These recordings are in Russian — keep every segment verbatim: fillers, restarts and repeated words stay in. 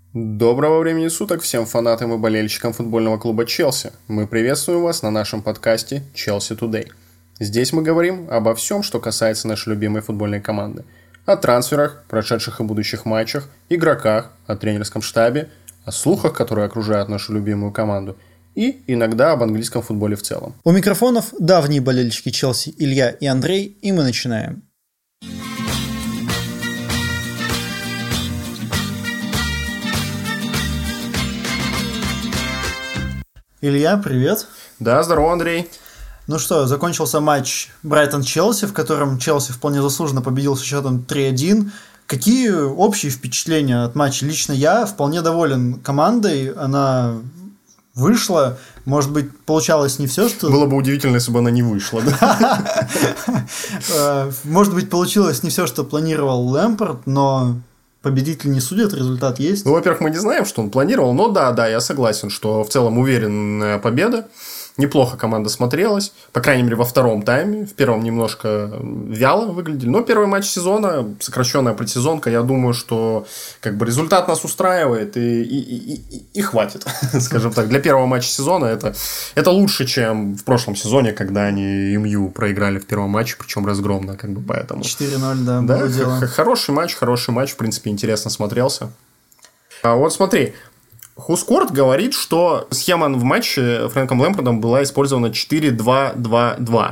Доброго времени суток всем фанатам и болельщикам футбольного клуба Челси. Мы приветствуем вас на нашем подкасте Chelsea Today. Здесь мы говорим обо всем, что касается нашей любимой футбольной команды. О трансферах, прошедших и будущих матчах, игроках, о тренерском штабе, о слухах, которые окружают нашу любимую команду, и иногда об английском футболе в целом. У микрофонов давние болельщики Челси Илья и Андрей, и мы начинаем. Илья, привет. Да, здорово, Андрей. Ну что, закончился матч Брайтон-Челси, в котором Челси вполне заслуженно победил со счетом три один. Какие общие впечатления от матча? Лично я вполне доволен командой. Она вышла. Может быть, получалось не все, что... Было бы удивительно, если бы она не вышла, да? Может быть, получилось не все, что планировал Лэмпард, но... Победитель не судят, результат есть. Ну, во-первых, мы не знаем, что он планировал, но да, да, я согласен, что в целом уверенная победа. Неплохо команда смотрелась, по крайней мере, во втором тайме. В первом немножко вяло выглядели. Но первый матч сезона, сокращенная предсезонка, я думаю, что как бы результат нас устраивает и, и, и, и, и хватит, скажем так. Для первого матча сезона это, это лучше, чем в прошлом сезоне, когда они МЮ проиграли в первом матче, причем разгромно, как бы поэтому. четыре ноль, да, да было дело. Хороший матч, хороший матч, в принципе, интересно смотрелся. А вот смотри. Хускорт говорит, что схема в матче Фрэнком Лэмпардом была использована четыре два два два.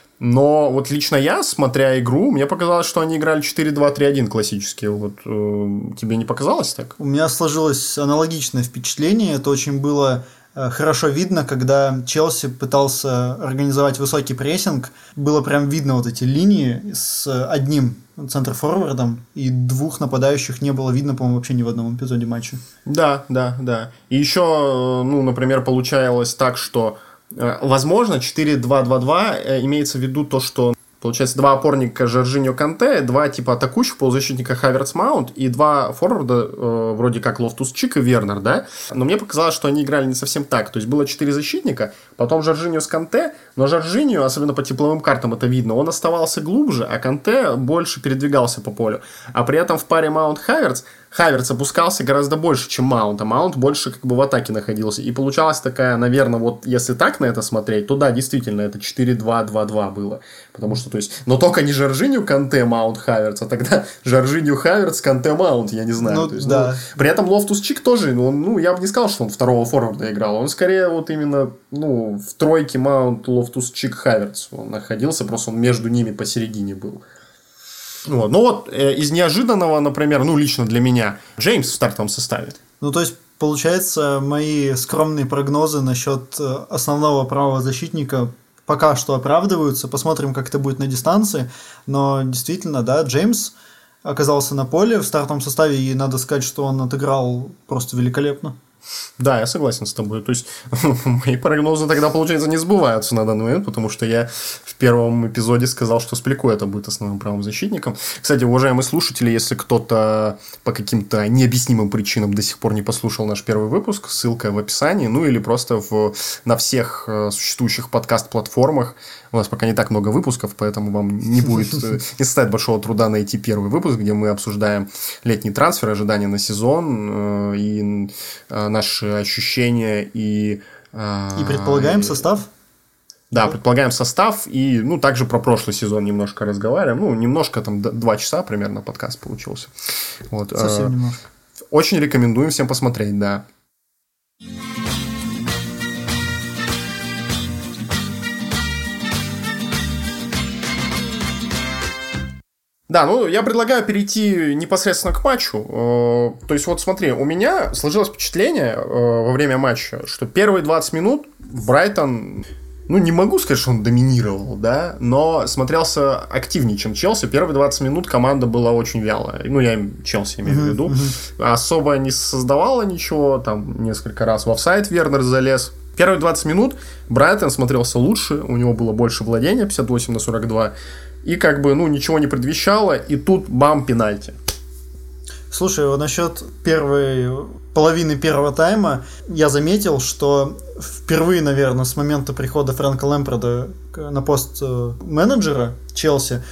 Но вот лично я, смотря игру, мне показалось, что они играли четыре два три один классические. Вот э, тебе не показалось так? У меня сложилось аналогичное впечатление. Это очень было хорошо видно, когда Челси пытался организовать высокий прессинг. Было прям видно вот эти линии с одним центр-форвардом, и двух нападающих не было видно, по-моему, вообще ни в одном эпизоде матча. Да, да, да. И еще, ну, например, получалось так, что, возможно, четыре два два два имеется в виду то, что получается два опорника Жоржиньо Канте, два типа атакующих полузащитника Хавертс Маунт и два форварда, э, вроде как Лофтус-Чик и Вернер, да? Но мне показалось, что они играли не совсем так. То есть было четыре защитника, потом Жоржиньо с Канте, но Жоржиньо, особенно по тепловым картам это видно, он оставался глубже, а Канте больше передвигался по полю. А при этом в паре Маунт-Хавертс Хавертс опускался гораздо больше, чем Маунт, а Маунт больше как бы в атаке находился. И получалась такая, наверное, вот если так на это смотреть, то да, действительно, это четыре два два два было. Потому что, то есть, но только не Жоржиньо Канте, Маунт, Хавертс, а тогда Жоржиньо Хавертс, Канте, Маунт, я не знаю. Ну, то есть, да. ну, при этом Лофтус-Чик тоже, ну, ну, я бы не сказал, что он второго форварда играл. Он скорее вот именно, ну, в тройке Маунт, Лофтус-Чик, Хавертс он находился, просто он между ними посередине был. Вот. Ну вот, э, из неожиданного, например, ну, лично для меня, Джеймс в стартовом составе. Ну, то есть, получается, мои скромные прогнозы насчет основного правого защитника пока что оправдываются. Посмотрим, как это будет на дистанции. Но действительно, да, Джеймс оказался на поле в стартовом составе, и надо сказать, что он отыграл просто великолепно. Да, я согласен с тобой. То есть, мои прогнозы тогда, получается, не сбываются на данный момент, потому что я в первом эпизоде сказал, что Спликуэта будет основным правым защитником. Кстати, уважаемые слушатели, если кто-то по каким-то необъяснимым причинам до сих пор не послушал наш первый выпуск, ссылка в описании, ну или просто в, на всех существующих подкаст-платформах. У нас пока не так много выпусков, поэтому вам не будет, не составит большого труда найти первый выпуск, где мы обсуждаем летний трансфер, ожидания на сезон и наши ощущения и... И предполагаем состав? Да, предполагаем состав и, ну, также про прошлый сезон немножко разговариваем. Ну, немножко, там, два часа примерно подкаст получился. Вот. Совсем немножко. Очень рекомендуем всем посмотреть, да. Да, ну, я предлагаю перейти непосредственно к матчу. То есть, вот смотри, у меня сложилось впечатление во время матча, что первые двадцать минут Брайтон, ну, не могу сказать, что он доминировал, да, но смотрелся активнее, чем Челси. Первые двадцать минут команда была очень вялая. Ну, я Челси имею в виду. Uh-huh, uh-huh. Особо не создавала ничего, там несколько раз в офсайд Вернер залез. Первые двадцать минут Брайтон смотрелся лучше, у него было больше владения, пятьдесят восемь на сорок два. И как бы, ну, ничего не предвещало, и тут бам, пенальти. Слушай, вот насчет первой половины первого тайма я заметил, что впервые, наверное, с момента прихода Фрэнка Лэмпарда на пост менеджера Челси,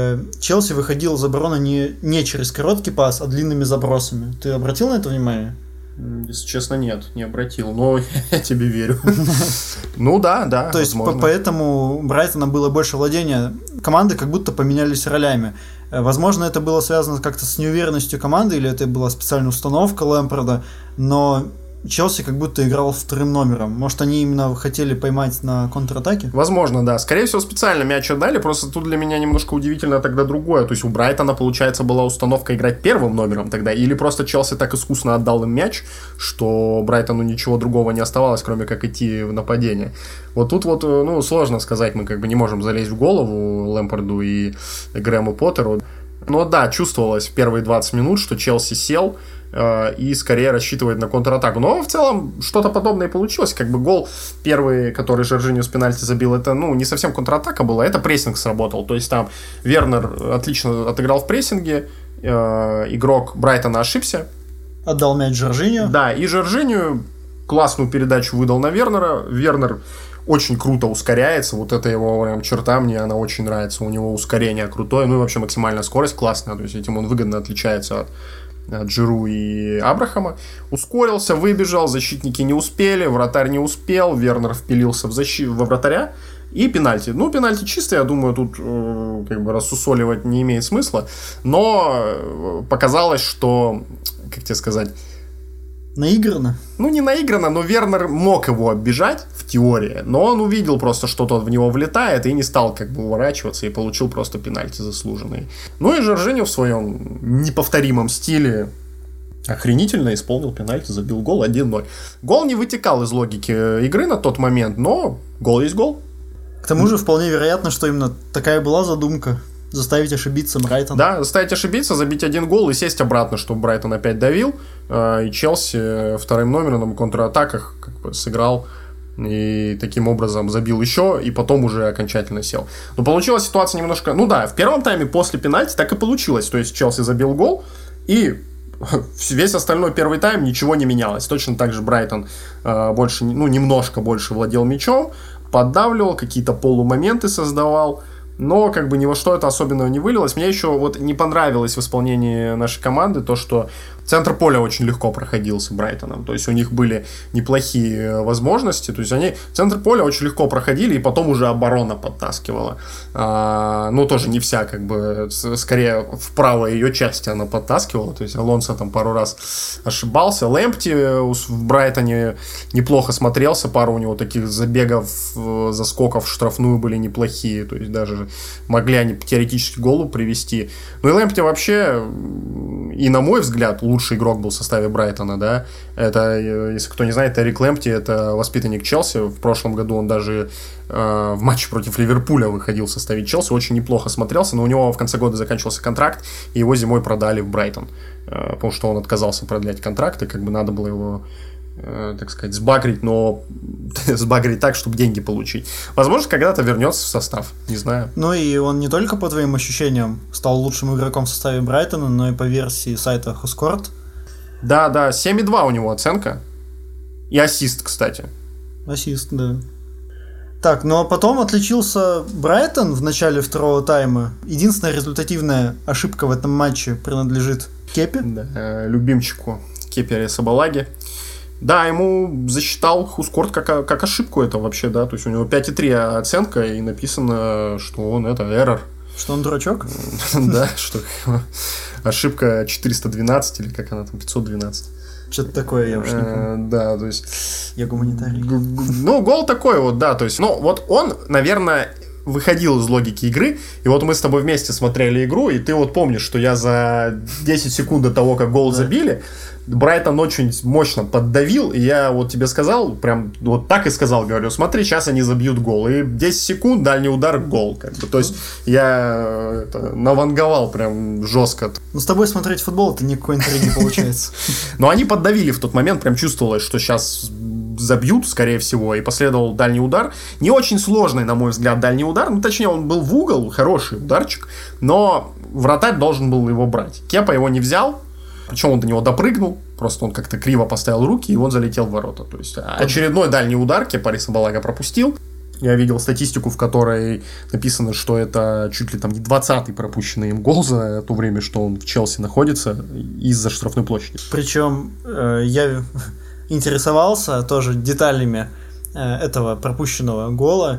Челси выходил из обороны не, не через короткий пас, а длинными забросами. Ты обратил на это внимание? Если честно, нет, не обратил, но я тебе верю. Ну да, да. То есть поэтому у Брайтона было больше владения. Команды как будто поменялись ролями. Возможно, это было связано как-то с неуверенностью команды, или это была специальная установка Лэмпарда, но Челси как будто играл вторым номером. Может, они именно хотели поймать на контратаке? Возможно, да. Скорее всего, специально мяч отдали. Просто тут для меня немножко удивительно тогда другое. То есть у Брайтона, получается, была установка играть первым номером тогда. Или просто Челси так искусно отдал им мяч, что Брайтону ничего другого не оставалось, кроме как идти в нападение. Вот тут вот, ну, сложно сказать. Мы как бы не можем залезть в голову Лэмпарду и Грэму Поттеру. Но да, чувствовалось в первые двадцать минут, что Челси сел и скорее рассчитывает на контратаку. Но в целом что-то подобное и получилось. Как бы гол первый, который Жоржиньо с пенальти забил, это, ну, не совсем контратака была, это прессинг сработал. То есть там Вернер отлично отыграл в прессинге, э, игрок Брайтона ошибся. Отдал мяч Жоржиньо. Да, и Жоржиньо классную передачу выдал на Вернера. Вернер очень круто ускоряется, вот это его прям черта, мне она очень нравится. У него ускорение крутое, ну и вообще максимальная скорость классная, то есть этим он выгодно отличается от Джиру и Абрахама. Ускорился, выбежал, защитники не успели, вратарь не успел, Вернер впилился в защиту, во вратаря, и пенальти. Ну, пенальти чистый, я думаю, тут э, как бы рассусоливать не имеет смысла, но показалось, что, как тебе сказать... Наиграно? Ну, не наиграно, но Вернер мог его оббежать в теории, но он увидел просто, что тот в него влетает и не стал как бы уворачиваться и получил просто пенальти заслуженный. Ну и Жоржиньо в своем неповторимом стиле охренительно исполнил пенальти, забил гол один ноль. Гол не вытекал из логики игры на тот момент, но гол есть гол. К тому же вполне вероятно, что именно такая была задумка. Заставить ошибиться Брайтон. Да, заставить ошибиться, забить один гол и сесть обратно, чтобы Брайтон опять давил. И Челси вторым номером в контратаках как бы сыграл и таким образом забил еще, и потом уже окончательно сел. Но получилась ситуация немножко... Ну да, в первом тайме после пенальти так и получилось. То есть Челси забил гол, и весь остальной первый тайм ничего не менялось. Точно так же Брайтон больше, ну, немножко больше владел мячом, поддавливал, какие-то полумоменты создавал. Но как бы ни во что это особенного не вылилось. Мне еще вот не понравилось в исполнении нашей команды то, что центр поля очень легко проходил с Брайтоном. То есть у них были неплохие возможности. То есть они центр поля очень легко проходили, и потом уже оборона подтаскивала. А, ну, тоже не вся, как бы, скорее в правой ее части она подтаскивала. То есть Алонсо там пару раз ошибался. Лэмпти в Брайтоне неплохо смотрелся. Пару у него таких забегов, заскоков в штрафную были неплохие. То есть даже могли они теоретически голу привести. Ну и Лэмпти вообще, и на мой взгляд, лучший игрок был в составе Брайтона, да. Это, если кто не знает, Эрик Лэмпти, это воспитанник Челси. В прошлом году он даже э, в матче против Ливерпуля выходил в составе Челси, очень неплохо смотрелся, но у него в конце года заканчивался контракт, и его зимой продали в Брайтон, э, потому что он отказался продлять контракт, и как бы надо было его, э, так сказать, сбагрить, но сбагрить так, чтобы деньги получить. Возможно, когда-то вернется в состав, не знаю. Ну и он не только по твоим ощущениям стал лучшим игроком в составе Брайтона, но и по версии сайта Хускорт. Да, да, семь и два у него оценка. И ассист, кстати. Ассист, да. Так, ну а потом отличился Брайтон в начале второго тайма. Единственная результативная ошибка в этом матче принадлежит Кепе. Да, любимчику Кепе Арrizabalaga. Да, ему засчитал Хускорт как, как ошибку это вообще, да. То есть у него пять и три оценка, и написано, что он это error. Что он дурачок? Да, что ошибка четыреста двенадцать или как она там, пятьсот двенадцать. Что-то такое, я уж не помню. Да, то есть... Я гуманитарий. Ну, гол такой вот, да, то есть... Ну, вот он, наверное, выходил из логики игры, и вот мы с тобой вместе смотрели игру, и ты вот помнишь, что я за десять секунд до того, как гол забили, Брайтон очень мощно поддавил, и я вот тебе сказал, прям вот так и сказал, говорю, смотри, сейчас они забьют гол, и десять секунд, дальний удар, гол, как бы, то есть я это, наванговал прям жестко. Ну, с тобой смотреть футбол, это никакой интриги не получается. Но они поддавили в тот момент, прям чувствовалось, что сейчас забьют, скорее всего, и последовал дальний удар. Не очень сложный, на мой взгляд, дальний удар, ну, точнее, он был в угол, хороший ударчик, но вратарь должен был его брать. Кепа его не взял, причем он до него допрыгнул, просто он как-то криво поставил руки, и он залетел в ворота. То есть очередной дальний удар Кепа Арrizabalaga пропустил. Я видел статистику, в которой написано, что это чуть ли там не двадцатый пропущенный им гол за то время, что он в Челси находится из-за штрафной площади. Причем э, я интересовался тоже деталями э, этого пропущенного гола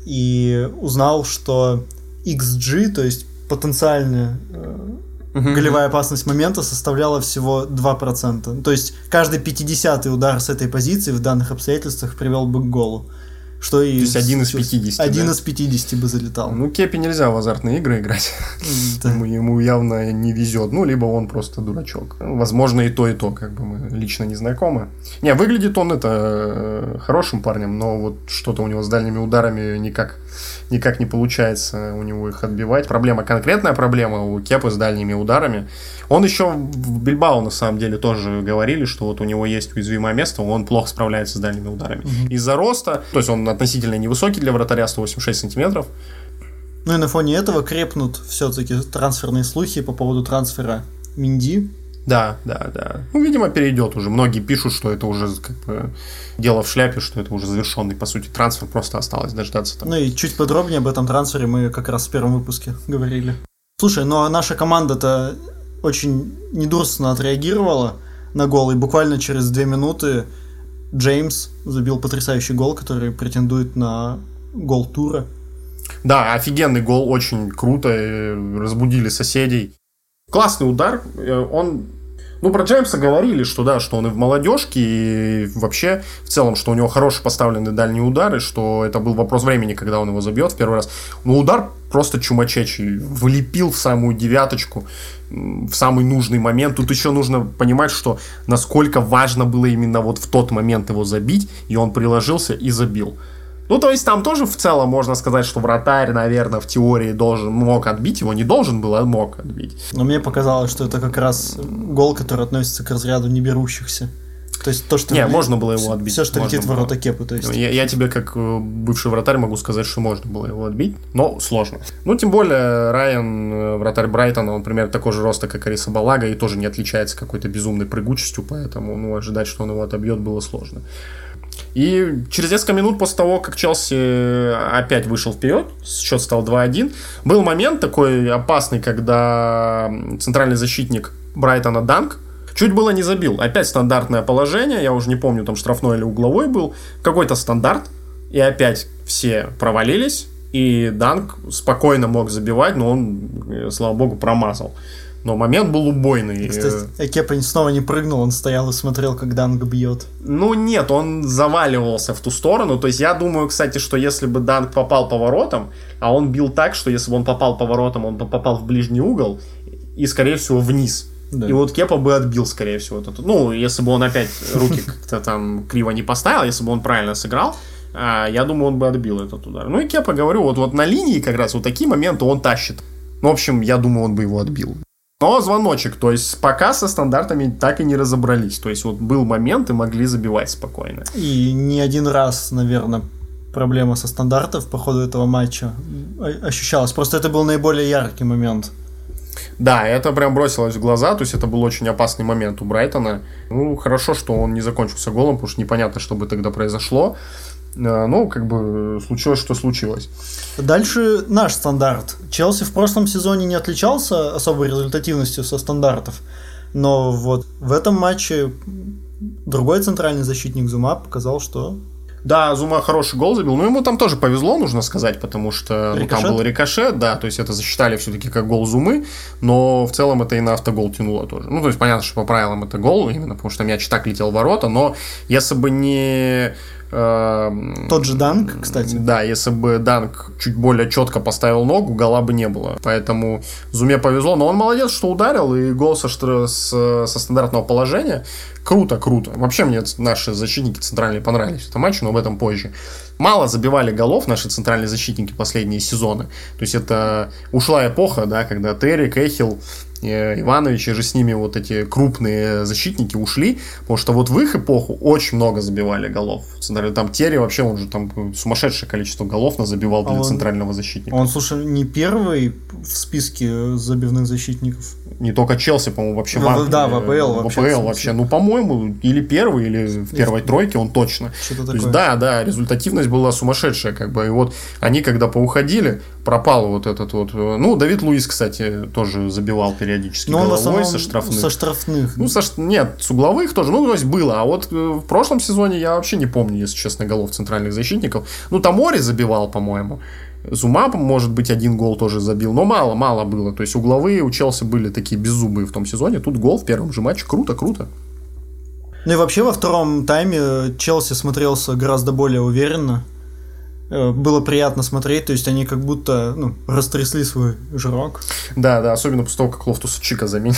и узнал, что икс джи, то есть потенциальная э, uh-huh. голевая опасность момента, составляла всего два процента. То есть каждый пятидесятый удар с этой позиции в данных обстоятельствах привел бы к голу. Что и То есть один из пятидесяти. Один да? из пятидесяти бы залетал. Ну, Кепи нельзя в азартные игры играть. Да. ему, ему явно не везет. Ну, либо он просто дурачок. Возможно, и то, и то, как бы мы лично не знакомы. Не, выглядит он это хорошим парнем, но вот что-то у него с дальними ударами никак, никак не получается у него их отбивать. Проблема, конкретная проблема у Кепы с дальними ударами. Он еще в Бильбао, на самом деле, тоже говорили, что вот у него есть уязвимое место, он плохо справляется с дальними ударами. Угу. Из-за роста, то есть он относительно невысокий для вратаря, сто восемьдесят шесть сантиметров. Ну и на фоне этого крепнут все-таки трансферные слухи по поводу трансфера Минди. Да, да, да. Ну, видимо, перейдет уже. Многие пишут, что это уже как бы дело в шляпе, что это уже завершенный, по сути, трансфер, просто осталось дождаться. Там. Ну и чуть подробнее об этом трансфере мы как раз в первом выпуске говорили. Слушай, ну а наша команда-то очень недурственно отреагировала на гол, и буквально через две минуты Джеймс забил потрясающий гол, который претендует на гол тура. Да, офигенный гол, очень круто, разбудили соседей. Классный удар, он... Ну, про Джеймса говорили, что да, что он и в молодежке, и вообще в целом, что у него хорошие поставленные дальние удары, что это был вопрос времени, когда он его забьет в первый раз. Но удар просто чумачечий, влепил в самую девяточку, в самый нужный момент. Тут еще нужно понимать, что насколько важно было именно вот в тот момент его забить, и он приложился и забил. Ну, то есть там тоже в целом можно сказать, что вратарь, наверное, в теории должен, мог отбить, его не должен был, а мог отбить. Но мне показалось, что это как раз гол, который относится к разряду не берущихся. То есть то, что... Не, можно было его отбить. Все, что летит в ворота Кепы, то есть. Я, я тебе, как бывший вратарь, могу сказать, что можно было его отбить, но сложно. Ну, тем более, Райан, вратарь Брайтона, он примерно такого же роста, как Ариса Балага, и тоже не отличается какой-то безумной прыгучестью, поэтому, ну, ожидать, что он его отобьет, было сложно. И через несколько минут после того, как Челси опять вышел вперед, счет стал два один, был момент такой опасный, когда центральный защитник Брайтона Данк чуть было не забил. Опять стандартное положение, я уже не помню, там штрафной или угловой был, какой-то стандарт, и опять все провалились, и Данк спокойно мог забивать, но он, слава богу, промазал. Но момент был убойный. Кстати, Кепа снова не прыгнул, он стоял и смотрел, как Данк бьет. Ну нет, он заваливался в ту сторону. То есть я думаю, кстати, что если бы Данк попал по воротам, а он бил так, что если бы он попал по воротам, он попал в ближний угол и, скорее всего, вниз. Да. И вот Кепа бы отбил, скорее всего, этот. Ну, если бы он опять руки как-то там криво не поставил, если бы он правильно сыграл, я думаю, он бы отбил этот удар. Ну и Кепа, говорю, вот, вот на линии как раз вот такие моменты он тащит. Ну, в общем, я думаю, он бы его отбил. Но звоночек, то есть пока со стандартами так и не разобрались. То есть вот был момент и могли забивать спокойно. И не один раз, наверное, проблема со стандартов по ходу этого матча ощущалась. Просто это был наиболее яркий момент. Да, это прям бросилось в глаза, то есть это был очень опасный момент у Брайтона. Ну, хорошо, что он не закончился голом, потому что непонятно, что бы тогда произошло. Ну, как бы случилось, что случилось. Дальше наш стандарт. Челси в прошлом сезоне не отличался особой результативностью со стандартов, но вот в этом матче другой центральный защитник Зума показал, что... Да, Зума хороший гол забил, но ему там тоже повезло, нужно сказать, потому что ну, там был рикошет, да, то есть это засчитали все-таки как гол Зумы, но в целом это и на автогол тянуло тоже. Ну, то есть понятно, что по правилам это гол, именно потому что мяч так летел в ворота, но если бы не... Тот же Данк, кстати. Да, если бы Данк чуть более четко поставил ногу, гола бы не было. Поэтому Зуме повезло. Но он молодец, что ударил, и гол со, с, со стандартного положения. Круто, круто. Вообще мне наши защитники центральные понравились в этом матче, но об этом позже. Мало забивали голов наши центральные защитники последние сезоны. То есть это ушла эпоха, да, когда Терри, Кэхилл Иванович, и же с ними вот эти крупные защитники ушли, потому что вот в их эпоху очень много забивали голов. Там Терри вообще, он же там сумасшедшее количество голов забивал для а он, центрального защитника. Он, слушай, не первый в списке забивных защитников. Не только Челси, по-моему, вообще в Англии. Да, в АПЛ в вообще. В АПЛ вообще. Ну, по-моему, или первый, или в первой тройке он точно. Что-то То такое. Есть, да, да, результативность была сумасшедшая, как бы. И вот они, когда поуходили, пропал вот этот вот. Ну, Давид Луис, кстати, тоже забивал периодически головой основном, со штрафных. Со штрафных. Ну, со, нет, с угловых тоже. Ну, то есть было. А вот в прошлом сезоне я вообще не помню, если честно, голов центральных защитников. Ну, Тамори забивал, по-моему. Зума, может быть, один гол тоже забил, но мало, мало было. То есть угловые у Челси были такие беззубые в том сезоне. Тут гол в первом же матче. Круто, круто. Ну и вообще во втором тайме Челси смотрелся гораздо более уверенно. Было приятно смотреть, то есть они как будто ну, растрясли свой жирок. Да, да, особенно после того, как Лофтуса Чика заменил.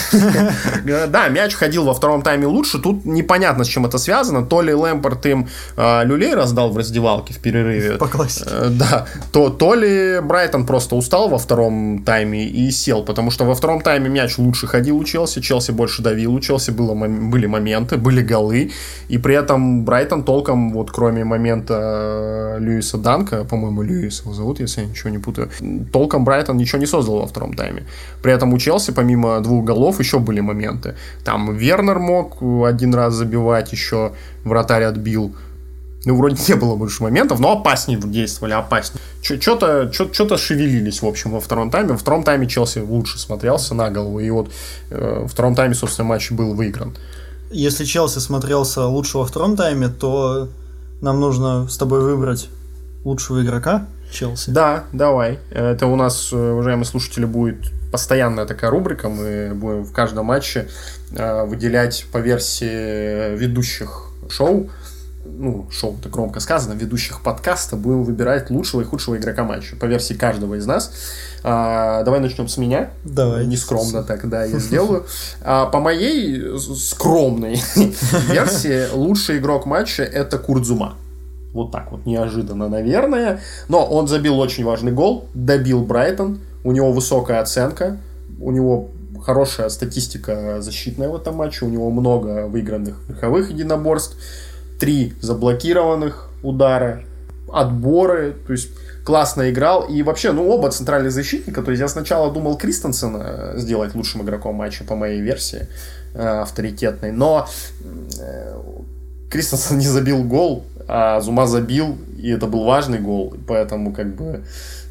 Да, мяч ходил во втором тайме лучше. Тут непонятно, с чем это связано. То ли Лэмпард им люлей раздал в раздевалке в перерыве. По классике. Да, то, то ли Брайтон просто устал во втором тайме и сел, потому что во втором тайме мяч лучше ходил у Челси, Челси больше давил, у Челси было, были моменты, были голы, и при этом Брайтон толком, вот кроме момента Льюиса Данка, по-моему, Льюис его зовут, если я ничего не путаю. Толком Брайтон ничего не создал во втором тайме. При этом у Челси, помимо двух голов, еще были моменты. Там Вернер мог один раз забивать, еще вратарь отбил. Ну, вроде не было больше моментов, но опаснее действовали, опаснее. Что-то, что-то шевелились, в общем, во втором тайме. Во втором тайме Челси лучше смотрелся на голову. И вот э, во втором тайме, собственно, матч был выигран. Если Челси смотрелся лучше во втором тайме, то нам нужно с тобой выбрать лучшего игрока Челси. Да, давай. Это у нас, уважаемые слушатели, будет постоянная такая рубрика. Мы будем в каждом матче э, выделять по версии ведущих шоу, ну, шоу это громко сказано, ведущих подкаста, будем выбирать лучшего и худшего игрока матча по версии каждого из нас. А, давай начнем с меня. Давай. Нескромно так, да, я сделаю. А, по моей скромной версии лучший игрок матча это Курт Зума. Вот так вот, неожиданно, наверное. Но он забил очень важный гол, добил Брайтон, у него высокая оценка, у него хорошая статистика защитная в этом матче, у него много выигранных верховых единоборств, три заблокированных удара, отборы, то есть классно играл. И вообще, ну, оба центральных защитника, то есть я сначала думал Кристенсена сделать лучшим игроком матча по моей версии э, авторитетной, но э, Кристенсен не забил гол, а Зума забил, и это был важный гол, поэтому как бы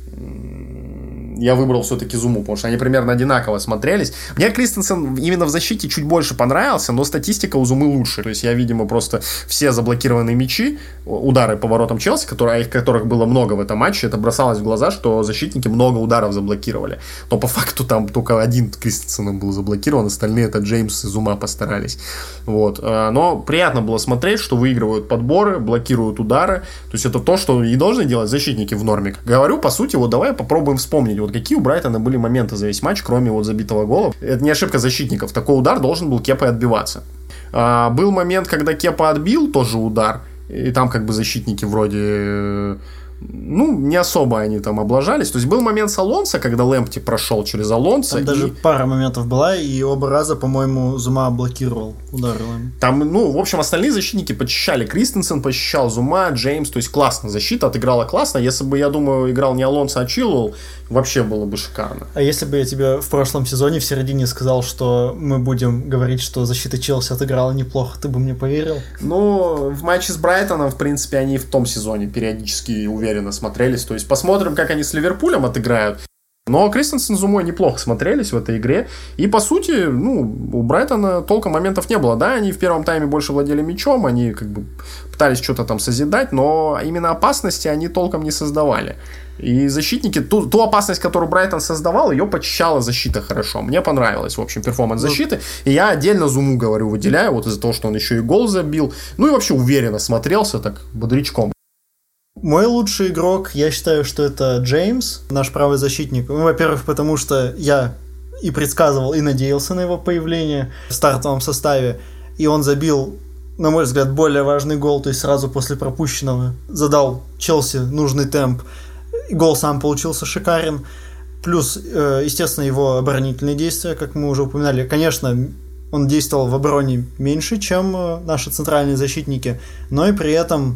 я выбрал все-таки Зуму, потому что они примерно одинаково смотрелись. Мне Кристенсен именно в защите чуть больше понравился, но статистика у Зумы лучше. То есть я, видимо, просто все заблокированные мячи, удары по воротам Челси, которые, которых было много в этом матче, это бросалось в глаза, что защитники много ударов заблокировали. Но по факту там только один Кристенсеном был заблокирован, остальные это Джеймс и Зума постарались. Вот. Но приятно было смотреть, что выигрывают подборы, блокируют удары. То есть это то, что и должны делать защитники в норме. Говорю, по сути, вот давай попробуем вспомнить, вот какие у Брайтона были моменты за весь матч, кроме вот забитого гола. Это не ошибка защитников. Такой удар должен был Кепа отбиваться. А, был момент, когда Кепа отбил тоже удар, и там как бы защитники вроде... Ну, не особо они там облажались. То есть был момент с Алонсо, когда Лэмпти прошел через Алонсо. Там и... даже пара моментов была, и оба раза, по-моему, Зума блокировал удары Лэмпти. Там, ну, в общем, остальные защитники почищали. Кристенсен почищал, Зума, Джеймс. То есть классно. Защита отыграла классно. Если бы, я думаю, играл не Алонсо, а Чилуэлл, вообще было бы шикарно. А если бы я тебе в прошлом сезоне в середине сказал, что мы будем говорить, что защита Челси отыграла неплохо, ты бы мне поверил? Ну, в матче с Брайтоном, в принципе, они в том сезоне периодически уверенно смотрелись. То есть посмотрим, как они с Ливерпулем отыграют. Но Кристенсен с Зумой неплохо смотрелись в этой игре. И, по сути, ну, у Брайтона толком моментов не было. Да, они в первом тайме больше владели мячом, они как бы пытались что-то там созидать, но именно опасности они толком не создавали. И защитники, ту, ту опасность, которую Брайтон создавал, ее почищала защита хорошо. Мне понравилось, в общем, перформанс защиты. И я отдельно Зуму, говорю, выделяю, вот из-за того, что он еще и гол забил. Ну и вообще уверенно смотрелся, так, бодрячком. Мой лучший игрок, я считаю, что это Джеймс, наш правый защитник. Ну, во-первых, потому что я и предсказывал, и надеялся на его появление в стартовом составе. И он забил, на мой взгляд, более важный гол, то есть сразу после пропущенного задал Челси нужный темп. И гол сам получился шикарен. Плюс, естественно, его оборонительные действия, как мы уже упоминали. Конечно, он действовал в обороне меньше, чем наши центральные защитники, но и при этом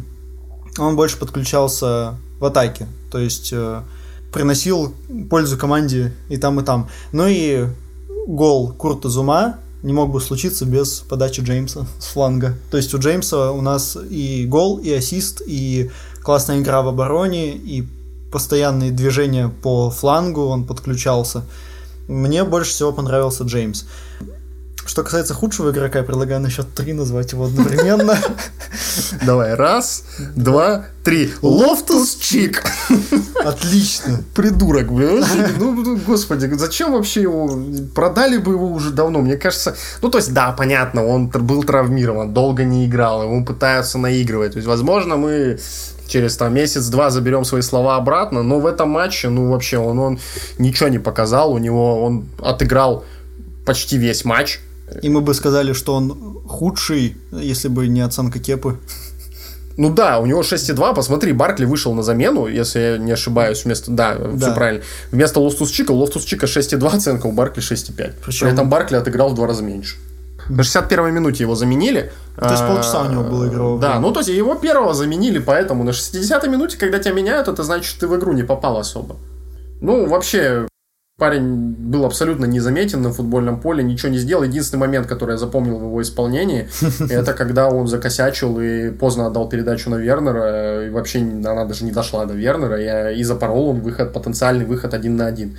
он больше подключался в атаке. То есть приносил пользу команде и там, и там. Ну и гол Курта Зума не мог бы случиться без подачи Джеймса с фланга. То есть у Джеймса у нас и гол, и ассист, и классная игра в обороне, и постоянные движения по флангу, он подключался. Мне больше всего понравился Джеймс. Что касается худшего игрока, я предлагаю на счет три назвать его одновременно. Давай, раз, два, три. Лофтус-Чик. Отлично. Придурок, блин. Ну, господи, зачем вообще его? Продали бы его уже давно, мне кажется. Ну, то есть, да, понятно, он был травмирован, долго не играл, ему пытаются наигрывать. То есть, возможно, мы через там месяц-два заберем свои слова обратно, но в этом матче, ну, вообще, он, он ничего не показал, у него, он отыграл почти весь матч. И мы бы сказали, что он худший, если бы не оценка Кепы. Ну да, у него шесть и два, посмотри, Баркли вышел на замену, если я не ошибаюсь, вместо, да, да. все правильно, вместо Лофтус-Чика, Лофтус-Чика шесть и два оценка, у Баркли шесть и пять. Причем... При этом Баркли отыграл в два раза меньше. На шестьдесят первой минуте его заменили. То есть полчаса у него было игрового Да, ну то есть его первого заменили, поэтому на шестидесятой минуте, когда тебя меняют, это значит, что ты в игру не попал особо. Ну, вообще... Парень был абсолютно незаметен на футбольном поле, ничего не сделал. Единственный момент, который я запомнил в его исполнении, это когда он закосячил и поздно отдал передачу на Вернера. И вообще она даже не дошла до Вернера. И запорол он выход, потенциальный выход один на один.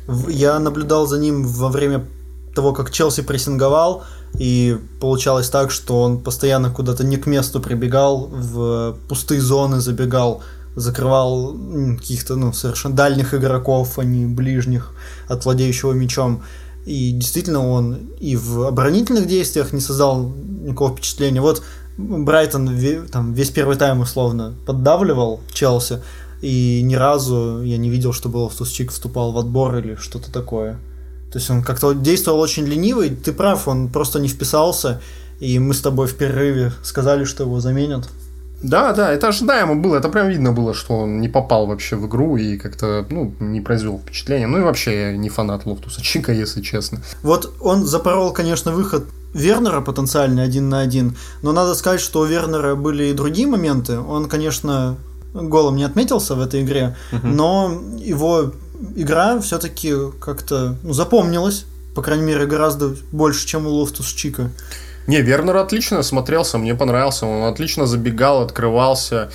Я наблюдал за ним во время того, как Челси прессинговал. И получалось так, что он постоянно куда-то не к месту прибегал, в пустые зоны забегал, закрывал каких-то, ну, совершенно дальних игроков, а не ближних от владеющего мячом. И действительно он и в оборонительных действиях не создал никакого впечатления. Вот Брайтон там, весь первый тайм условно поддавливал Челси, и ни разу я не видел, чтобы Лофтус-Чик вступал в отбор или что-то такое. То есть он как-то действовал очень ленивый. Ты прав, он просто не вписался, и мы с тобой в перерыве сказали, что его заменят. Да, да, это ожидаемо было, это прям видно было, что он не попал вообще в игру и как-то, ну, не произвел впечатления. Ну и вообще я не фанат Лофтуса-Чика, если честно. Вот он запорол, конечно, выход Вернера потенциальный один на один, но надо сказать, что у Вернера были и другие моменты. Он, конечно, голом не отметился в этой игре, угу. но его игра все-таки как-то ну, запомнилась, по крайней мере, гораздо больше, чем у Лофтус-Чика. Не, Вернер отлично смотрелся, мне понравился, он отлично забегал, открывался.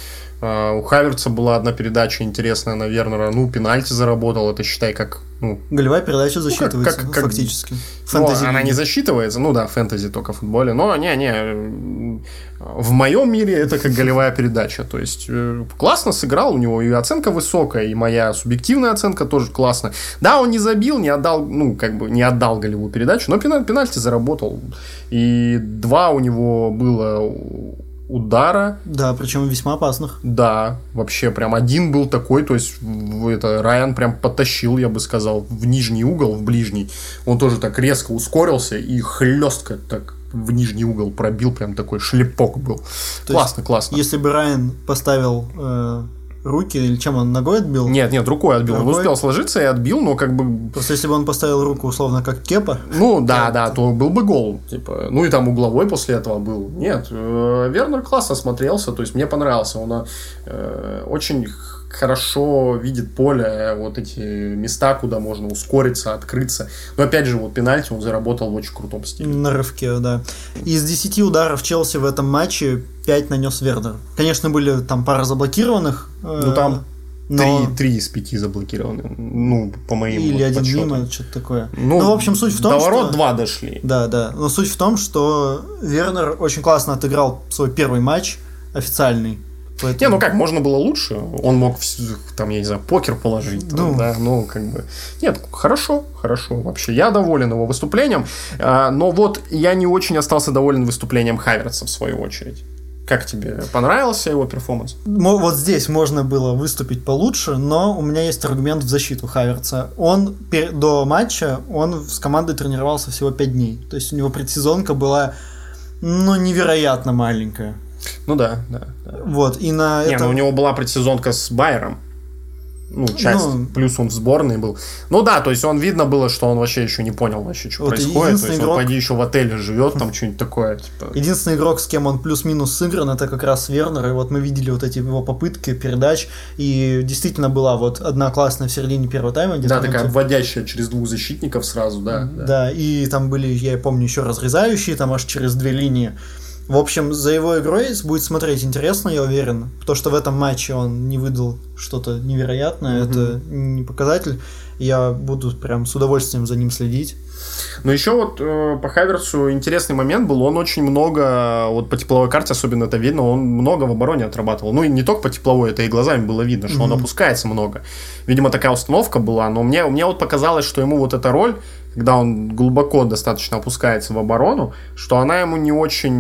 У Хаверца была одна передача интересная на Вернера, ну, пенальти заработал, это считай как... Ну, голевая передача засчитывается, ну, как, как, фактически. Ну, она не засчитывается, ну да, фэнтези только в футболе, но не-не, в моем мире это как голевая передача, то есть классно сыграл, у него и оценка высокая, и моя субъективная оценка тоже классная. Да, он не забил, не отдал, ну, как бы не отдал голевую передачу, но пенальти заработал, и два у него было... удара. Да, причем весьма опасных. Да, вообще прям один был такой, то есть это Райан прям подтащил, я бы сказал, в нижний угол, в ближний. Он тоже так резко ускорился и хлестко так в нижний угол пробил, прям такой шлепок был. То классно, классно. Если бы Райан поставил э, руки, или чем он, ногой отбил? Нет, нет, рукой отбил. Рукой? Он успел сложиться и отбил, но как бы... Просто если бы он поставил руку, условно, как Кепа... Ну, да, то... да, то был бы гол. Типа, ну, и там угловой после этого был. Нет, э, Вернер классно смотрелся, то есть мне понравился. Он э, очень хорошо видит поле, вот эти места, куда можно ускориться, открыться. Но опять же, вот пенальти он заработал в очень крутом стиле. На рывке, да. Из десяти ударов Челси в этом матче пять нанес Вернер. Конечно, были там пара заблокированных. Ну, там но... три из пяти заблокированы. Ну, по моим Или вот один мимо, что-то такое. Ну, ну, в общем, суть в том, до ворот что... два дошли. Да, да. Но суть в том, что Вернер очень классно отыграл свой первый матч официальный. Поэтому... Не, ну как, можно было лучше. Он мог, там, я не знаю, покер положить. Ну, там, да, ну, как бы... Нет, хорошо, хорошо. Вообще, я доволен его выступлением. Но вот я не очень остался доволен выступлением Хаверца, в свою очередь. Как тебе? Понравился его перформанс? Вот здесь можно было выступить получше, но у меня есть аргумент в защиту Хаверца. Он до матча, он с командой тренировался всего пять дней. То есть у него предсезонка была, ну, невероятно маленькая. Ну да, да, да. Вот, и на Не, это... ну у него была предсезонка с Байером. Ну, часть, ну, плюс он в сборной был. Ну да, то есть он видно было, что он вообще еще не понял вообще, что вот происходит. То есть игрок... он, пойди, еще в отеле живет, там что-нибудь такое. Типа... Единственный игрок, с кем он плюс-минус сыгран, это как раз Вернер. И вот мы видели вот эти его попытки, передач. И действительно была вот одна классная в середине первого тайма. Да, такая обводящая через двух защитников сразу, да. Да, да, и там были, я помню, еще разрезающие, там аж через две линии. В общем, за его игрой будет смотреть интересно, я уверен. То, что в этом матче он не выдал что-то невероятное, mm-hmm. это не показатель. Я буду прям с удовольствием за ним следить. Но еще вот э, по Хаверцу интересный момент был. Он очень много, вот по тепловой карте особенно это видно, он много в обороне отрабатывал. Ну и не только по тепловой, это и глазами было видно, что mm-hmm. он опускается много. Видимо, такая установка была. Но мне, мне вот показалось, что ему вот эта роль, когда он глубоко достаточно опускается в оборону, что она ему не очень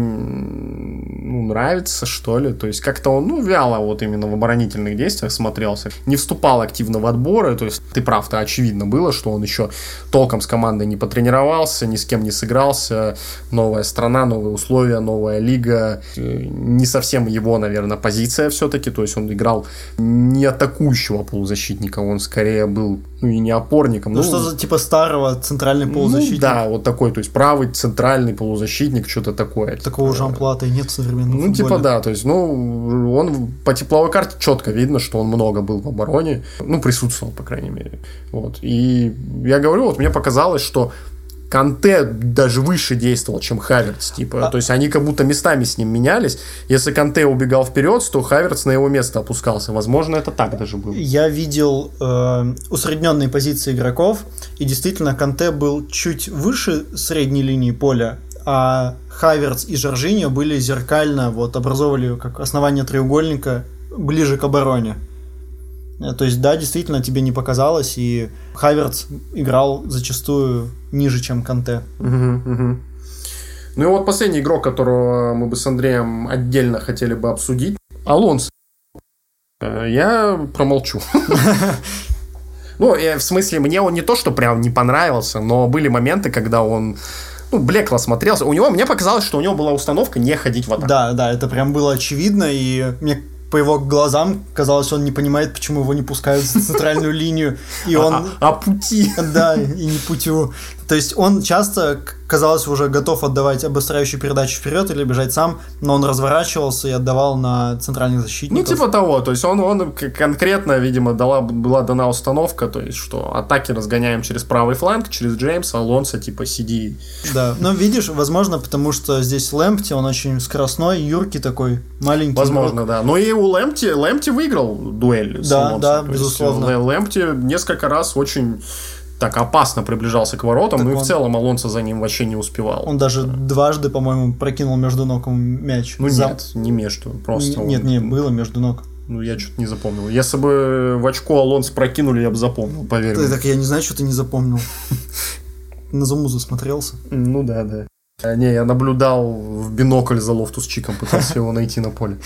ну, нравится, что ли. То есть как-то он, ну, вяло вот именно в оборонительных действиях смотрелся. Не вступал активно в отборы. То есть ты прав-то, очевидно было, что он еще толком с командой не потренировался, ни с кем не сыгрался. Новая страна, новые условия, новая лига. Не совсем его, наверное, позиция все-таки. То есть он играл не атакующего полузащитника, он скорее был, ну, и не опорником. Ну, ну что за типа старого центральный полузащитник? Ну, да, вот такой, то есть правый центральный полузащитник, что-то такое. Такого же амплуата и нет в современном Ну, футболе. типа да, то есть, ну, он по тепловой карте четко видно, что он много был в обороне, ну, присутствовал, по крайней мере. Вот. И я говорю, вот мне показалось, что Канте даже выше действовал, чем Хаверц, типа, а... то есть они как будто местами с ним менялись. Если Канте убегал вперед, то Хаверц на его место опускался. Возможно, это так даже было. Я видел э, усредненные позиции игроков, и действительно Канте был чуть выше средней линии поля, а Хаверц и Жоржиньо были зеркально, вот образовывали как основание треугольника ближе к обороне. То есть, да, действительно, тебе не показалось, и Хаверц играл зачастую ниже, чем Канте. Угу, угу. Ну и вот последний игрок, которого мы бы с Андреем отдельно хотели бы обсудить, Алонсо. Я промолчу. Ну, в смысле, мне он не то, что прям не понравился, но были моменты, когда он... Ну, блекло смотрелся. У него, мне показалось, что у него была установка не ходить в атаку. Да, да, это прям было очевидно, и мне по его глазам казалось, он не понимает, почему его не пускают в центральную линию. И он... А, а пути. Да, и не путю. То есть он часто, казалось, уже готов отдавать обостряющую передачу вперед или бежать сам, но он разворачивался и отдавал на центральных защитников. Ну, типа того. То есть он, он конкретно, видимо, дала, была дана установка, то есть, что атаки разгоняем через правый фланг, через Джеймса, Алонсо, типа, сиди. Да, но видишь, возможно, потому что здесь Лэмпти, он очень скоростной, юркий такой, маленький. Возможно, игрок. Да. Но и у Лэмпти, Лэмпти выиграл дуэль с да, Алонсо. Да, то безусловно. Есть, Лэмпти несколько раз очень... так опасно приближался к воротам, так ну и он... в целом Алонсо за ним вообще не успевал. Он даже дважды, по-моему, прокинул между ног мяч. Ну за... нет, не между, просто... Н- нет, он... не, было между ног. Ну я что-то не запомнил. Если бы в очко Алонсо прокинули, я бы запомнил, поверь мне. Так я не знаю, что ты не запомнил. На Замузу смотрелся. Ну да, да. Не, я наблюдал в бинокль за Лофтус-Чиком, пытался его найти на поле.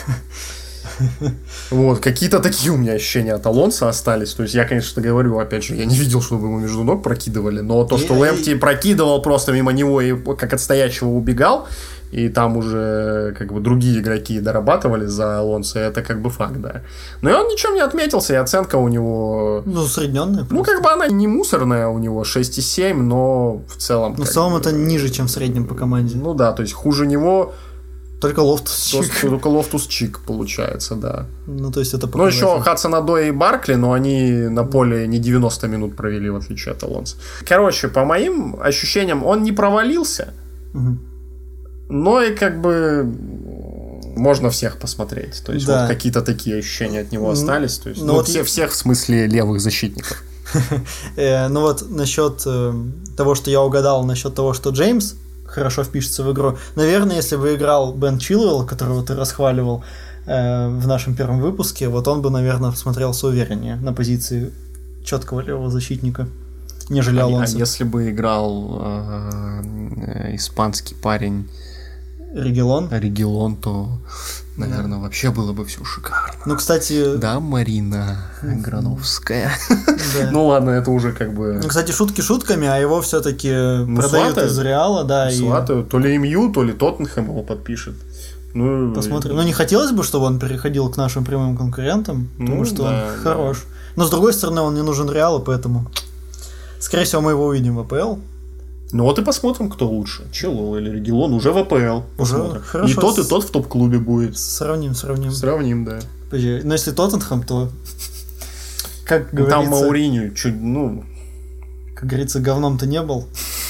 Вот, какие-то такие у меня ощущения от Алонсо остались. То есть я, конечно, говорю, опять же, я не видел, чтобы ему между ног прокидывали, но то, что Лэмпти прокидывал просто мимо него и как от стоящего убегал, и там уже как бы другие игроки дорабатывали за Алонсо, это как бы факт, да. Но и он ничем не отметился, и оценка у него... Ну, усредненная. Ну, как бы она не мусорная у него, шесть и семь, но в целом... Но в целом бы... это ниже, чем в среднем по команде. Ну да, то есть хуже него... Только Лофтус-Чик. Только Лофтус-Чик получается, да. Ну, то есть это Ну, еще Хадсон-Одой и Баркли, но они на поле не девяносто минут провели, в отличие от Алонсо. Короче, по моим ощущениям, он не провалился, угу. но и как бы можно всех посмотреть. То есть, да. вот какие-то такие ощущения от него остались. То есть, ну, ну вот все, и... всех в смысле левых защитников. Ну, вот насчет того, что я угадал, насчет того, что Джеймс хорошо впишется в игру. Наверное, если бы играл Бен Чилуэлл, которого ты расхваливал э, в нашем первом выпуске, вот он бы, наверное, смотрелся увереннее на позиции четкого левого защитника, нежели а, Алонсо. А если бы играл э, э, испанский парень Регелон? Регелон, то, наверное, да. вообще было бы все шикарно. Ну, кстати... Да, Марина Грановская. Да. Ну, ладно, это уже как бы... Ну, кстати, шутки шутками, а его все-таки ну, продают сватают. Из Реала, да. Сватают. И... То ли МЮ, то ли Тоттенхэм его подпишет. Ну, Посмотрим. Ну, не хотелось бы, чтобы он переходил к нашим прямым конкурентам, потому ну, что да, он да. хорош. Но, с другой стороны, он не нужен Реалу, поэтому, скорее всего, мы его увидим в АПЛ. Ну вот и посмотрим, кто лучше. Чилуэлл или Регилон уже в АПЛ. Уже Посмотрим. хорошо. И тот, и тот в топ-клубе будет. Сравним, сравним. Сравним, да. Подожди, но если Тоттенхэм, то, как Ну, говорится, там Мауриню чуть, ну... как говорится, говном-то не был.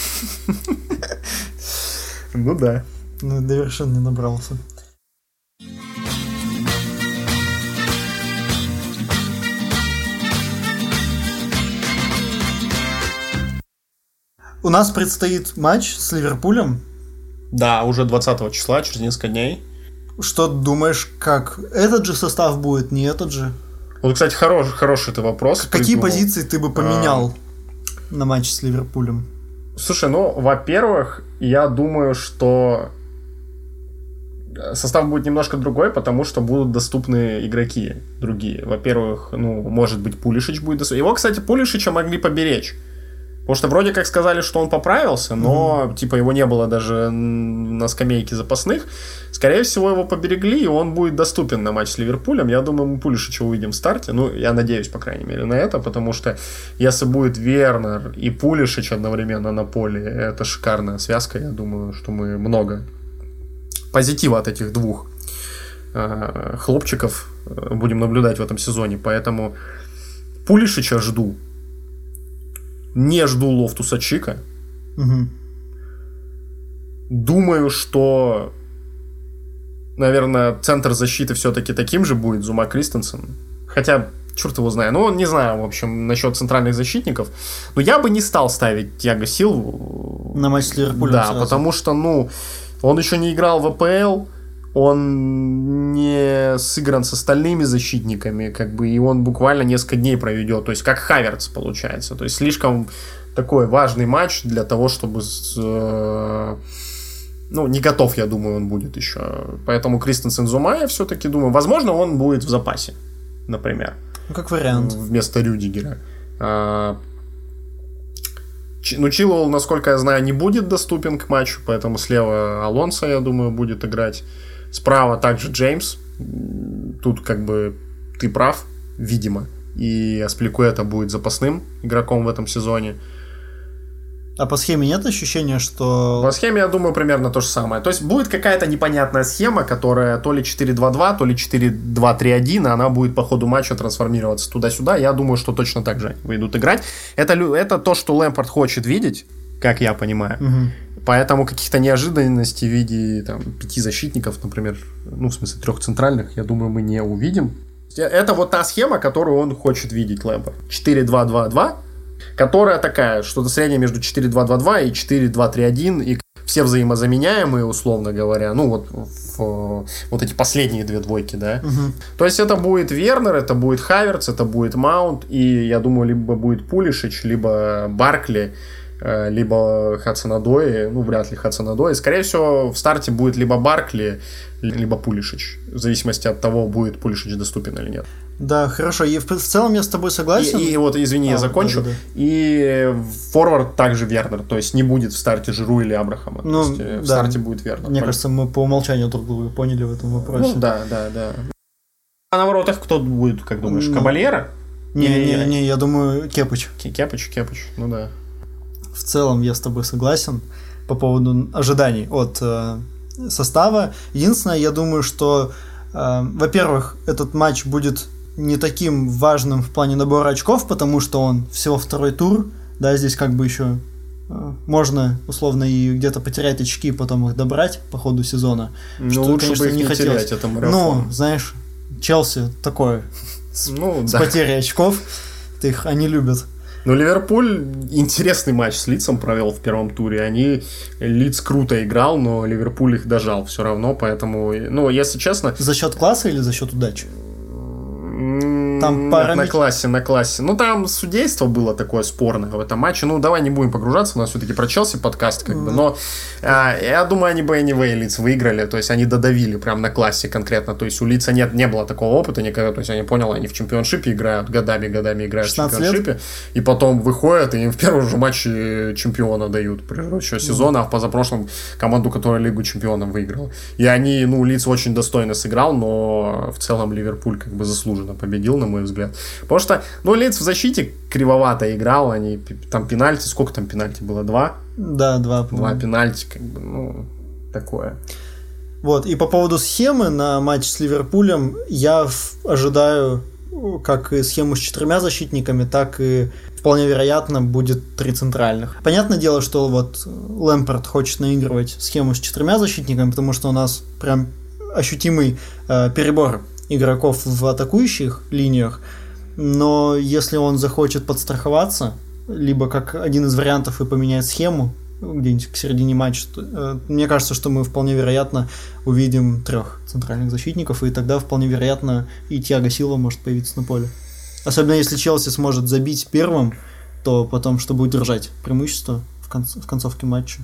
Ну да. Ну, до вершин не набрался. У нас предстоит матч с Ливерпулем. Да, уже двадцатого числа, через несколько дней. Что думаешь, как этот же состав будет, не этот же? Вот, кстати, хороший, хороший ты вопрос. Какие придумал. позиции ты бы поменял а... на матч с Ливерпулем? Слушай, ну, во-первых, я думаю, что состав будет немножко другой, потому что будут доступны игроки другие. Во-первых, ну, может быть, Пулишич будет доступен. Его, кстати, Пулишича могли поберечь. Потому что вроде как сказали, что он поправился, но mm-hmm. типа его не было даже на скамейке запасных. Скорее всего, его поберегли, и он будет доступен на матч с Ливерпулем. Я думаю, мы Пулишича увидим в старте. Ну, я надеюсь, по крайней мере, на это, потому что если будет Вернер и Пулишич одновременно на поле, это шикарная связка. Я думаю, что мы много позитива от этих двух э, хлопчиков будем наблюдать в этом сезоне. Поэтому Пулишича жду. Не жду Лофтуса Чика. Угу. Думаю, что, наверное, центр защиты все-таки таким же будет, Зума Кристенсен. Хотя, черт его знает. Ну, не знаю, в общем, насчет центральных защитников. Но я бы не стал ставить Тиаго Силву на матч с Ливерпулем. Да, сразу. Потому что, ну, он еще не играл в АПЛ. Он не сыгран с остальными защитниками, как бы, и он буквально несколько дней проведет, то есть как Хаверц получается, то есть слишком такой важный матч для того, чтобы, э, ну, не готов, я думаю, он будет еще, поэтому Кристенсен Зума, я все-таки думаю, возможно, он будет в запасе, например. Ну, как вариант. Вместо Рюдигера. А, ну, Чилуэлл, насколько я знаю, не будет доступен к матчу, поэтому слева Алонсо, я думаю, будет играть. Справа также Джеймс. Тут как бы ты прав, видимо. И Аспиликуэта будет запасным игроком в этом сезоне. А по схеме нет ощущения, что... По схеме, я думаю, примерно то же самое. То есть будет какая-то непонятная схема, которая то ли четыре два два, то ли четыре два три один, и она будет по ходу матча трансформироваться туда-сюда. Я думаю, что точно так же выйдут играть. Это, это то, что Лэмпард хочет видеть, как я понимаю. Угу. Поэтому каких-то неожиданностей в виде там, пяти защитников, например, ну, в смысле, трех центральных, я думаю, мы не увидим. Это вот та схема, которую он хочет видеть, Лэмпард. четыре два два два, которая такая, что-то среднее между четыре два два два и четыре два три один, и все взаимозаменяемые, условно говоря, ну, вот, в, вот эти последние две двойки, да. Угу. То есть это будет Вернер, это будет Хаверц, это будет Маунт, и, я думаю, либо будет Пулишич, либо Баркли, либо Хадсон-Одой, ну, вряд ли Хадсон-Одой. Скорее всего, в старте будет либо Баркли, либо Пулишич. В зависимости от того, будет Пулишич доступен или нет. Да, хорошо. И в, в целом я с тобой согласен. И, и вот, извини, а, я закончу. Да, да, да. И форвард также Вернер. То есть не будет в старте Жиру или Абрахама. Ну, то есть в да. старте будет Вернер. Мне кажется, мы по умолчанию друг друга поняли в этом вопросе. Ну, да, да, да. А на воротах кто будет, как думаешь, ну, Кабальера? Не-не-не, не, я думаю, Кепыч. Кепыч, Кепыч, ну да. В целом я с тобой согласен по поводу ожиданий от э, состава. Единственное, я думаю, что, э, во-первых, этот матч будет не таким важным в плане набора очков, потому что он всего второй тур, да, здесь как бы еще э, можно условно и где-то потерять очки, потом их добрать по ходу сезона. Ну, что, лучше конечно, бы их не, не терять, это марафон. Ну, знаешь, Челси такое, с, ну, с да. потерей очков, их они любят. Ну, Ливерпуль интересный матч с Лидсом провел в первом туре. Они, Лидс круто играл, но Ливерпуль их дожал все равно, поэтому, ну, если честно... За счет класса или за счет удачи? Там там пара... На классе, на классе. Ну, там судейство было такое спорное в этом матче. Ну, давай не будем погружаться, у нас все-таки про Челси подкаст, как бы. Но а, я думаю, они бы anyway Лидс выиграли. То есть, они додавили прям на классе конкретно. То есть, у Лидса нет, не было такого опыта никогда. То есть, они поняли, они в чемпионшипе играют, годами-годами играют в чемпионшипе. Лет? И потом выходят, и им в первом же матче чемпиона дают. Предыдущего сезона, а в позапрошлом команду, которая Лигу чемпионов выиграла. И они, ну, Лидс очень достойно сыграл, но в целом Ливерпуль как бы заслуженно победил, на мой взгляд. Потому что, ну, Лидс в защите кривовато играл, они там пенальти, сколько там пенальти было? Два? Да, два. Два пенальти, как бы, ну, такое. Вот, и по поводу схемы на матч с Ливерпулем, я ожидаю как и схему с четырьмя защитниками, так и вполне вероятно будет три центральных. Понятное дело, что вот Лэмпард хочет наигрывать схему с четырьмя защитниками, потому что у нас прям ощутимый э, перебор игроков в атакующих линиях, но если он захочет подстраховаться, либо как один из вариантов и поменять схему где-нибудь к середине матча, то, э, мне кажется, что мы вполне вероятно увидим трех центральных защитников, и тогда вполне вероятно и Тиаго Силва может появиться на поле. Особенно если Челси сможет забить первым, то потом, чтобы удержать преимущество в, конц- в концовке матча.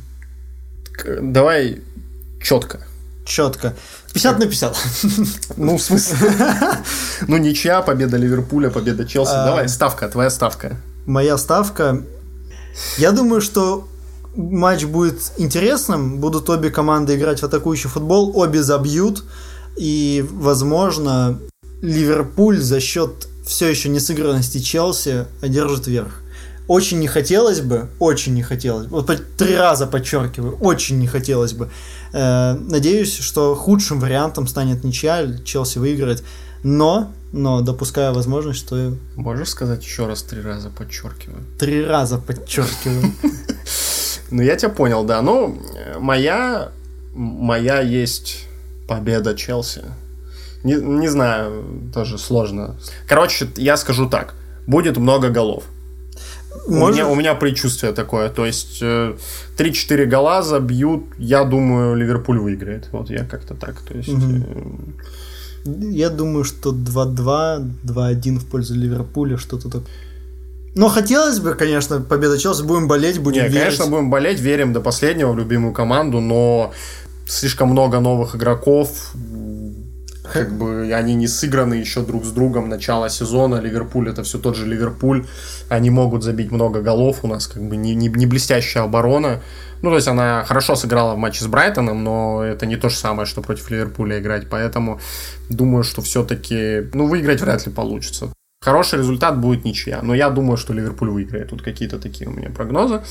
Давай четко. Четко. пятьдесят на пятьдесят. Ну, в смысле? Ну, ничья, победа Ливерпуля, победа Челси. Давай, ставка, твоя ставка. Моя ставка. Я думаю, что матч будет интересным. Будут обе команды играть в атакующий футбол. Обе забьют. И, возможно, Ливерпуль за счет все еще несыгранности Челси одержит верх. Очень не хотелось бы, очень не хотелось бы, вот три раза подчеркиваю, очень не хотелось бы. Э, надеюсь, что худшим вариантом станет ничья, Челси выиграет, но, но допускаю возможность, что... Можешь сказать еще раз три раза подчеркиваю? Три раза подчеркиваю. Ну, я тебя понял, да. Ну, моя, моя есть победа Челси. Не, не знаю, тоже сложно. Короче, я скажу так. Будет много голов. У меня, у меня предчувствие такое. То есть э, три-четыре гола забьют. Я думаю, Ливерпуль выиграет. Вот я как-то так. То есть, угу. э... Я думаю, что два-два, два-один в пользу Ливерпуля, что-то такое. Но хотелось бы, конечно, победа Челси. Будем болеть, будем Не, верить. Конечно, будем болеть, верим до последнего в любимую команду, но слишком много новых игроков. Как бы они не сыграны еще друг с другом начало сезона. Ливерпуль это все тот же Ливерпуль. Они могут забить много голов. У нас как бы не, не, не блестящая оборона. Ну, то есть она хорошо сыграла в матче с Брайтоном, но это не то же самое, что против Ливерпуля играть. Поэтому думаю, что все-таки, ну, выиграть вряд ли получится. Хороший результат будет ничья. Но я думаю, что Ливерпуль выиграет. Тут какие-то такие у меня прогнозы.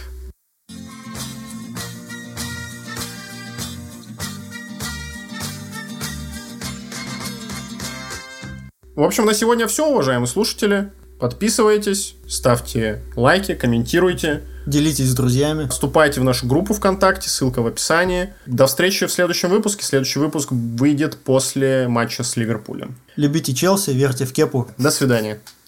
В общем, на сегодня все, уважаемые слушатели. Подписывайтесь, ставьте лайки, комментируйте. Делитесь с друзьями. Вступайте в нашу группу ВКонтакте, ссылка в описании. До встречи в следующем выпуске. Следующий выпуск выйдет после матча с Ливерпулем. Любите Челси, верьте в кепу. До свидания.